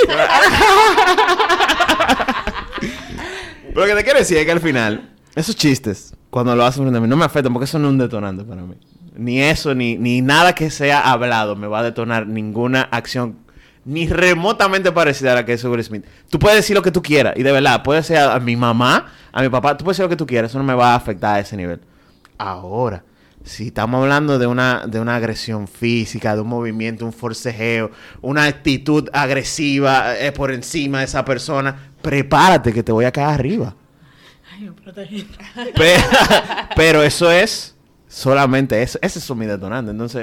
Pero lo que te quiero decir es que al final, esos chistes, cuando lo hacen frente a mí, no me afectan porque eso no es un detonante para mí. Ni eso, ni, ni nada que sea hablado me va a detonar ninguna acción ni remotamente parecida a la que hizo Will Smith. Tú puedes decir lo que tú quieras, y de verdad, puede ser a, a mi mamá, a mi papá, tú puedes decir lo que tú quieras, eso no me va a afectar a ese nivel. Ahora, si estamos hablando de una, de una agresión física, de un movimiento, un forcejeo, una actitud agresiva eh, por encima de esa persona, prepárate que te voy a caer arriba. Ay, me protegí. Pero, pero eso es solamente eso. Ese es mi detonante. Entonces,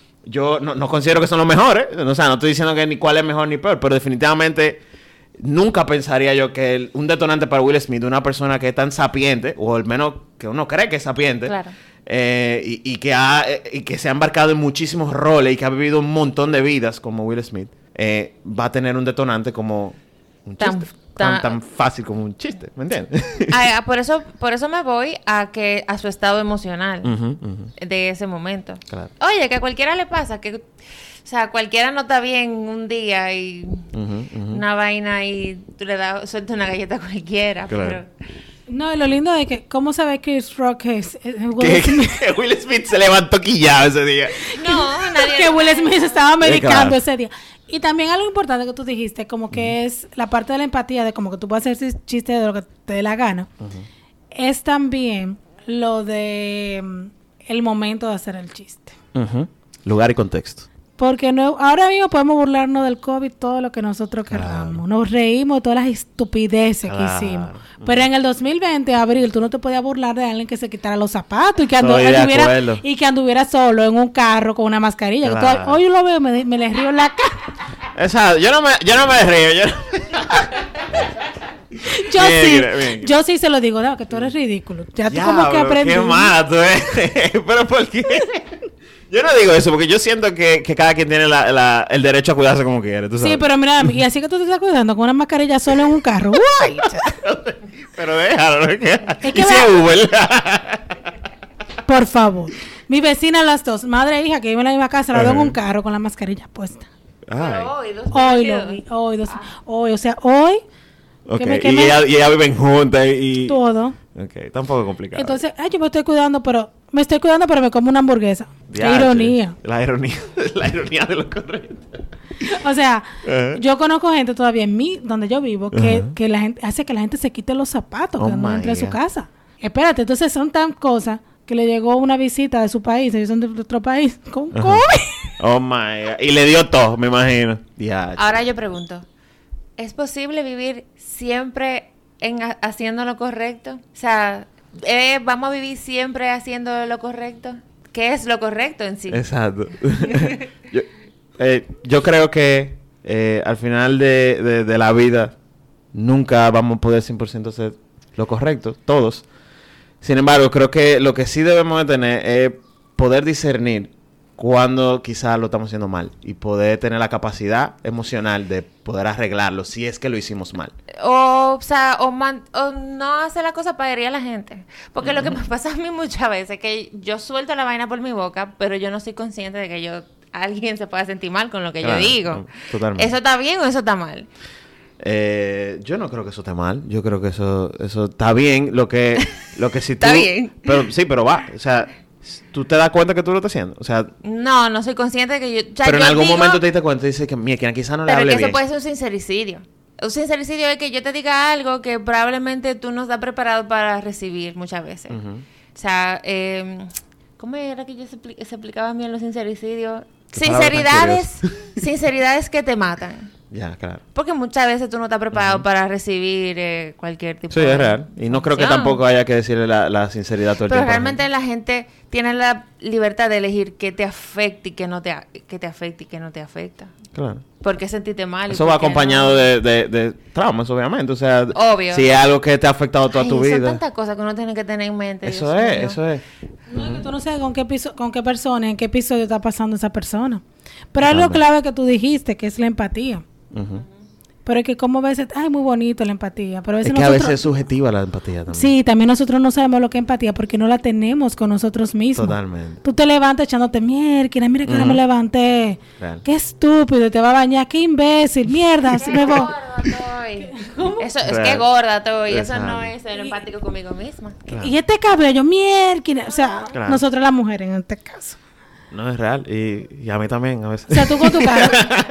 yo no, no considero que son los mejores. O sea, no estoy diciendo que ni cuál es mejor ni peor, pero definitivamente nunca pensaría yo que el, un detonante para Will Smith, una persona que es tan sapiente, o al menos que uno cree que es sapiente, claro. eh, y, y, que ha, y que se ha embarcado en muchísimos roles y que ha vivido un montón de vidas como Will Smith, eh, va a tener un detonante como un chiste. Tan, tan, tan fácil como un chiste, ¿me entiendes? Ah, por eso, por eso me voy a que a su estado emocional uh-huh, uh-huh. de ese momento. Claro. Oye, que a cualquiera le pasa, que, o sea, cualquiera no está bien un día y uh-huh, uh-huh. una vaina y tú le das, suelta una galleta a cualquiera, claro. pero... No, y lo lindo de que, ¿cómo sabe Chris Rock es? es Will, Smith? Que Will Smith se levantó quillado ese día. No, nadie... que Will Smith se estaba medicando claro. ese día. Y también algo importante que tú dijiste, como que uh-huh. es la parte de la empatía, de como que tú puedes hacer chistes de lo que te dé la gana, uh-huh. es también lo de um, el momento de hacer el chiste. Uh-huh. Lugar y contexto. Porque no, ahora mismo podemos burlarnos del COVID todo lo que nosotros claro. queramos. Nos reímos de todas las estupideces claro. que hicimos. Pero en el dos mil veinte, abril, tú no te podías burlar de alguien que se quitara los zapatos y que, andu- anduviera, y que anduviera solo en un carro con una mascarilla. Claro. Que todo, hoy yo lo veo y me, me le río en la cara. Exacto. Yo no me, yo no me río. Yo, no... yo bien, sí. Bien, bien. Yo sí se lo digo. No, que tú eres ridículo. Ya tú ya, como que aprendí. Qué mala tú eres. Pero ¿por qué? Yo no digo eso porque yo siento que, que cada quien tiene la, la, el derecho a cuidarse como quiere, ¿tú sabes? Sí, pero mira, y así que tú te estás cuidando con una mascarilla solo en un carro. ¡Uy! Pero déjalo, ¿no? Es que y si es Uber. Por favor. Mi vecina, las dos, madre e hija, que viven en la misma casa, la veo en un carro con la mascarilla puesta. Ay. Hoy, dos hoy lo vi, hoy, dos, ah. hoy, o sea, hoy... Okay. Que me, que y, me... Ella, y ella viven juntas y... Todo. Ok, está un poco complicado. Entonces, ay, yo me estoy cuidando, pero... Me estoy cuidando, pero me como una hamburguesa. Qué ironía. La ironía. La ironía de lo correcto. O sea, uh-huh. yo conozco gente todavía en mí, donde yo vivo, que, uh-huh. que la gente hace que la gente se quite los zapatos oh cuando entra a su casa. Espérate, entonces son tan cosas que le llegó una visita de su país, ellos son de otro país, con uh-huh. COVID. Oh my God. Y le dio todo, me imagino. Diache. Ahora yo pregunto, ¿es posible vivir siempre en a- haciendo lo correcto? O sea... Eh, vamos a vivir siempre haciendo lo correcto. ¿Qué es lo correcto en sí? Exacto. yo, eh, yo creo que eh, al final de, de, de la vida nunca vamos a poder cien por ciento hacer lo correcto, todos. Sin embargo, creo que lo que sí debemos de tener es poder discernir cuando quizás lo estamos haciendo mal y poder tener la capacidad emocional de poder arreglarlo si es que lo hicimos mal. O, o sea, o, man, o no hacer la cosa para herir a la gente. Porque uh-huh. lo que me pasa a mí muchas veces es que yo suelto la vaina por mi boca, pero yo no soy consciente de que yo alguien se pueda sentir mal con lo que claro, yo digo. Totalmente. ¿Eso está bien o eso está mal? Eh, yo no creo que eso esté mal. Yo creo que eso eso está bien. Lo que, lo que si tú... Está bien. Pero, sí, pero va. O sea... ¿Tú te das cuenta que tú lo estás haciendo? O sea... No, no soy consciente de que yo... O sea, pero yo en algún digo, momento te diste cuenta y dices que, mira, quizás no le hable bien. Pero que eso puede ser un sincericidio. Un sincericidio es que yo te diga algo que probablemente tú no estás preparado para recibir muchas veces. Uh-huh. O sea, eh, ¿cómo era que yo se, se explicaba bien los sincericidios? Sinceridades, sinceridades que te matan. Ya, claro. Porque muchas veces tú no estás preparado uh-huh. para recibir eh, cualquier tipo sí, de... Sí, es real. Y no creo que tampoco haya que decirle la, la sinceridad todo el Pero tiempo. Pero realmente la gente tiene la libertad de elegir qué te afecta y qué no te, qué te afecta y qué no te afecta. Claro. ¿Por qué sentiste mal? Eso va acompañado no? de, de, de traumas, obviamente. O sea, obvio. Si es algo que te ha afectado toda Ay, tu vida. Son tantas cosas que uno tiene que tener en mente. Eso Dios es, mío. Eso es. No, uh-huh. que tú no sabes con qué, piso, con qué persona, en qué episodio está pasando esa persona. Pero algo clave que tú dijiste, que es la empatía. Uh-huh. Pero es que como a veces, ay, muy bonito la empatía, pero a veces es que nosotros, a veces es subjetiva la empatía también. Sí, también nosotros no sabemos lo que es empatía porque no la tenemos con nosotros mismos. Totalmente. Tú te levantas echándote mierda, mira que uh-huh. ahora me levanté. Real. Qué estúpido, te va a bañar, qué imbécil, mierda, si me voy. Eso es que gorda estoy, eso no es ser empático conmigo misma. Claro. Y este cabello, mierda, o sea, claro. nosotras las mujeres en este caso. No, es real, y, y a mí también a veces. O sea, tú con tu cara.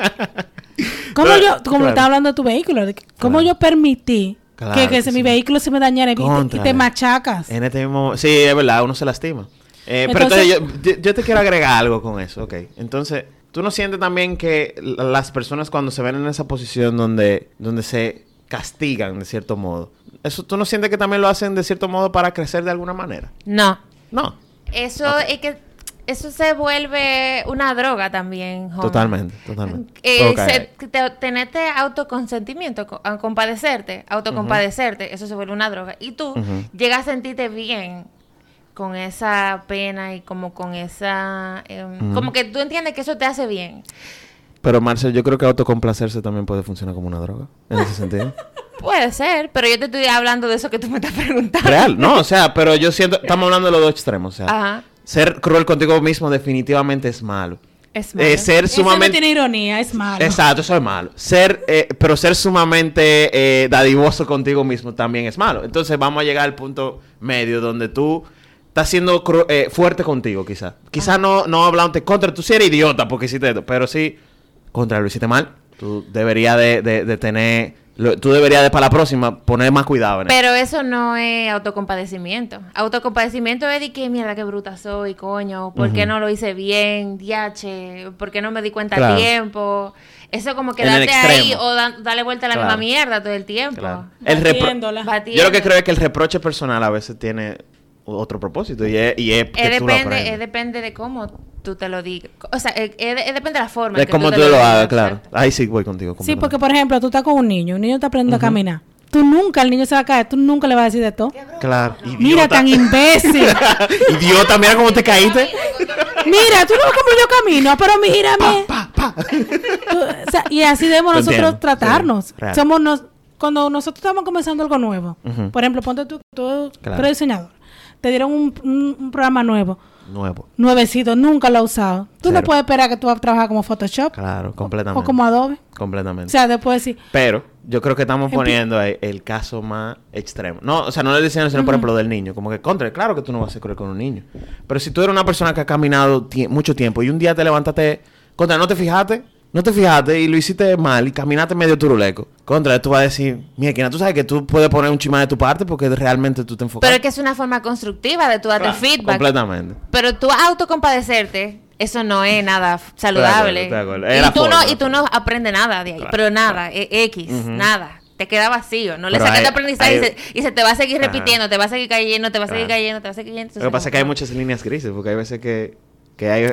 ¿Cómo pero, yo, como claro. estaba hablando de tu vehículo, de que, ¿cómo claro. yo permití claro, que, que, que si sí. mi vehículo se me dañara y, y te machacas? En este mismo... Sí, es verdad, uno se lastima. Eh, entonces, pero entonces yo, yo, yo te quiero agregar algo con eso, ok. Entonces, ¿tú no sientes también que las personas cuando se ven en esa posición donde, donde se castigan de cierto modo, eso tú no sientes que también lo hacen de cierto modo para crecer de alguna manera? No. No. Eso okay. es que... Eso se vuelve una droga también, Joma. Totalmente, totalmente. Eh, okay. se, te, tenerte autoconsentimiento, a compadecerte, autocompadecerte, uh-huh. eso se vuelve una droga. Y tú uh-huh. llegas a sentirte bien con esa pena y como con esa... Eh, uh-huh. Como que tú entiendes que eso te hace bien. Pero, Marcel, yo creo que autocomplacerse también puede funcionar como una droga, en ese sentido. Puede ser, pero yo te estoy hablando de eso que tú me estás preguntando. Real, no, o sea, pero yo siento... Estamos hablando de los dos extremos, o sea... Ajá. Ser cruel contigo mismo definitivamente es malo. Es malo. Eh, ser sumamente... Eso no tiene ironía, es malo. Exacto, eso es malo. Ser, eh, pero ser sumamente eh, dadivoso contigo mismo también es malo. Entonces vamos a llegar al punto medio donde tú estás siendo cru- eh, fuerte contigo, quizás. Quizás no, no hablándote contra. Tú sí eres idiota porque hiciste esto, pero sí, contra lo hiciste mal. Tú deberías de, de, de tener... Lo, tú deberías de para la próxima poner más cuidado en eso. Pero eso no es autocompadecimiento. Autocompadecimiento es de que mierda qué bruta soy, coño, ¿por uh-huh. qué no lo hice bien? Diache, ¿por qué no me di cuenta claro. a tiempo? Eso como quedarte ahí o da, darle vuelta a la claro. misma mierda todo el tiempo. Claro. El repro- Yo lo que creo es que el reproche personal a veces tiene otro propósito y es, y es que es tú depende, lo aprendes. Es depende de cómo tú te lo digas. O sea, es, es, es depende de la forma. De cómo tú, tú lo, lo hagas, claro. Ahí sí voy contigo. Sí, porque por ejemplo, tú estás con un niño, un niño está aprendiendo uh-huh. a caminar. Tú nunca, el niño se va a caer, tú nunca le vas a decir de todo. Claro. Idiota. Mira, tan imbécil. Idiota, mira cómo te caíste. Mira, tú no ves cómo yo camino, pero mírame. Pa, pa, pa. Tú, o sea, y así debemos nosotros entiendo. tratarnos. Sí, Somos nos, cuando nosotros estamos comenzando algo nuevo. Uh-huh. Por ejemplo, ponte tú, tú, claro. tú eres diseñador. Te dieron un, un, un programa nuevo. Nuevo. Nuevecito, nunca lo he usado. Tú Cero. no puedes esperar que tú vas a trabajar como Photoshop. Claro, completamente. O, o como Adobe. Completamente. O sea, después sí. Pero yo creo que estamos poniendo ahí el caso más extremo. No, o sea, no del diseño, sino uh-huh. por ejemplo del niño. Como que contra, claro que tú no vas a ser cruel con un niño. Pero si tú eres una persona que ha caminado tie- mucho tiempo y un día te levantaste, contra, no te fijaste, no te fijaste y lo hiciste mal y caminaste medio turuleco. Contra, tú vas a decir, mira, tú sabes que tú puedes poner un chimán de tu parte porque realmente tú te enfocas. Pero es que es una forma constructiva de tú darte claro, feedback. Completamente. Pero tú autocompadecerte, eso no es nada saludable. De acuerdo, de acuerdo. Y tú, forma, no, y tú no aprendes nada de ahí. Claro, pero nada, claro. X, uh-huh. nada. Te queda vacío. No pero le sacas de aprendizaje hay... y, se, y se te va a seguir Ajá. repitiendo, te va a seguir cayendo, te va a seguir Ajá. cayendo, te va a seguir cayendo. Lo que pasa es que hay muchas líneas grises porque hay veces que, que hay...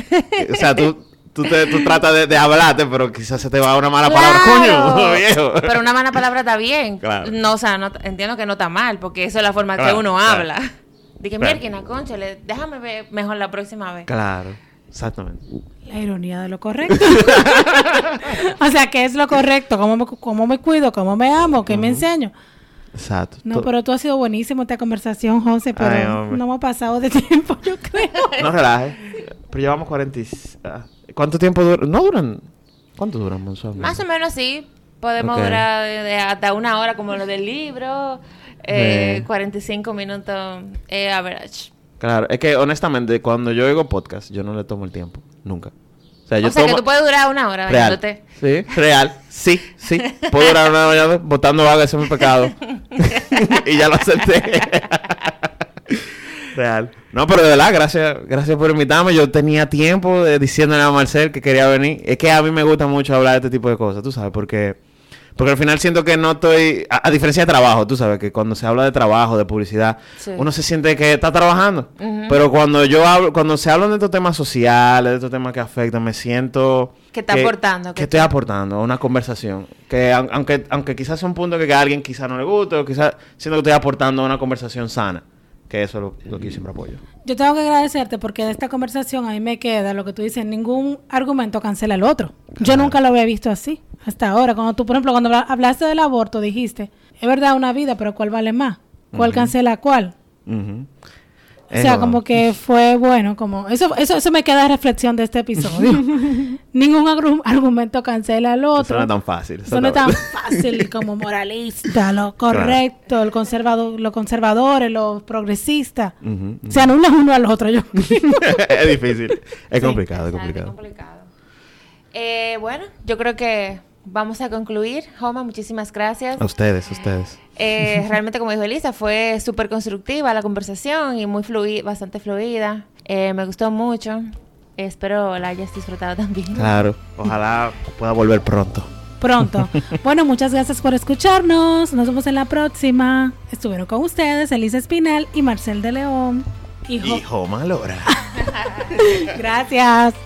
o sea, tú... Tú, te, tú tratas de, de hablarte, pero quizás se te va una mala claro. palabra, coño, viejo. Pero una mala palabra está bien. Claro. No, o sea, no, entiendo que no está mal, porque eso es la forma claro, que uno claro. habla. Dije, claro. mierda, cónchale, déjame ver mejor la próxima vez. Claro, exactamente. La ironía de lo correcto. O sea, ¿qué es lo correcto? ¿Cómo me, cómo me cuido? ¿Cómo me amo? ¿Qué uh-huh. me enseño? Exacto. No, pero tú has sido buenísimo esta conversación, José, pero Ay, no hemos pasado de tiempo, yo creo. No relajes. Pero llevamos cuarenta y... ¿Cuánto tiempo duran? No duran... ¿Cuánto duran mensualmente? Más o menos sí. Podemos okay. durar de, de hasta una hora como lo del libro. Eh, sí. cuarenta y cinco minutos eh, average. Claro. Es que honestamente cuando yo oigo podcast yo no le tomo el tiempo. Nunca. O sea, yo o sea tomo... que tú puedes durar una hora bañándote. Sí, real. Sí, sí. Puedo durar una hora bañándote. Botando vaga, ese es mi pecado. Y ya lo acepté. Real. No, pero de verdad, gracias gracias por invitarme. Yo tenía tiempo de, diciéndole a Marcel que quería venir. Es que a mí me gusta mucho hablar de este tipo de cosas, tú sabes, porque porque al final siento que no estoy... A, a diferencia de trabajo, tú sabes, que cuando se habla de trabajo, de publicidad, sí. uno se siente que está trabajando. Uh-huh. Pero cuando yo hablo, cuando se hablan de estos temas sociales, de estos temas que afectan, me siento... Que está que, aportando. Que, que estoy aportando a una conversación. Que aunque aunque quizás sea un punto que a alguien quizás no le guste, o quizás siento que estoy aportando a una conversación sana. Que eso es lo, lo que yo siempre apoyo. Yo tengo que agradecerte porque de esta conversación a mí me queda lo que tú dices, ningún argumento cancela el otro. Yo claro. nunca lo había visto así, hasta ahora. Cuando tú, por ejemplo, cuando hablaste del aborto, dijiste, es verdad una vida, pero ¿cuál vale más? ¿Cuál uh-huh. cancela cuál? Uh-huh. O sea, como que fue bueno, como eso eso eso me queda de reflexión de este episodio. Ningún agru- argumento cancela al otro. Eso no es tan fácil. Eso no es tan fácil como moralista, lo correcto, claro. el conservador, los conservadores, los progresistas. Uh-huh, uh-huh. Se anulan uno al otro. Yo. Es difícil, es sí. complicado, es complicado. Es complicado. Eh, bueno, yo creo que vamos a concluir. Joma, muchísimas gracias. A ustedes, a ustedes. Eh, realmente, como dijo Elisa, fue súper constructiva la conversación y muy fluida, bastante fluida. Eh, me gustó mucho. Eh, espero la hayas disfrutado también. Claro. Ojalá pueda volver pronto. Pronto. Bueno, muchas gracias por escucharnos. Nos vemos en la próxima. Estuvieron con ustedes Elisa Espinal y Marcel de León. Y Joma Lora. Gracias.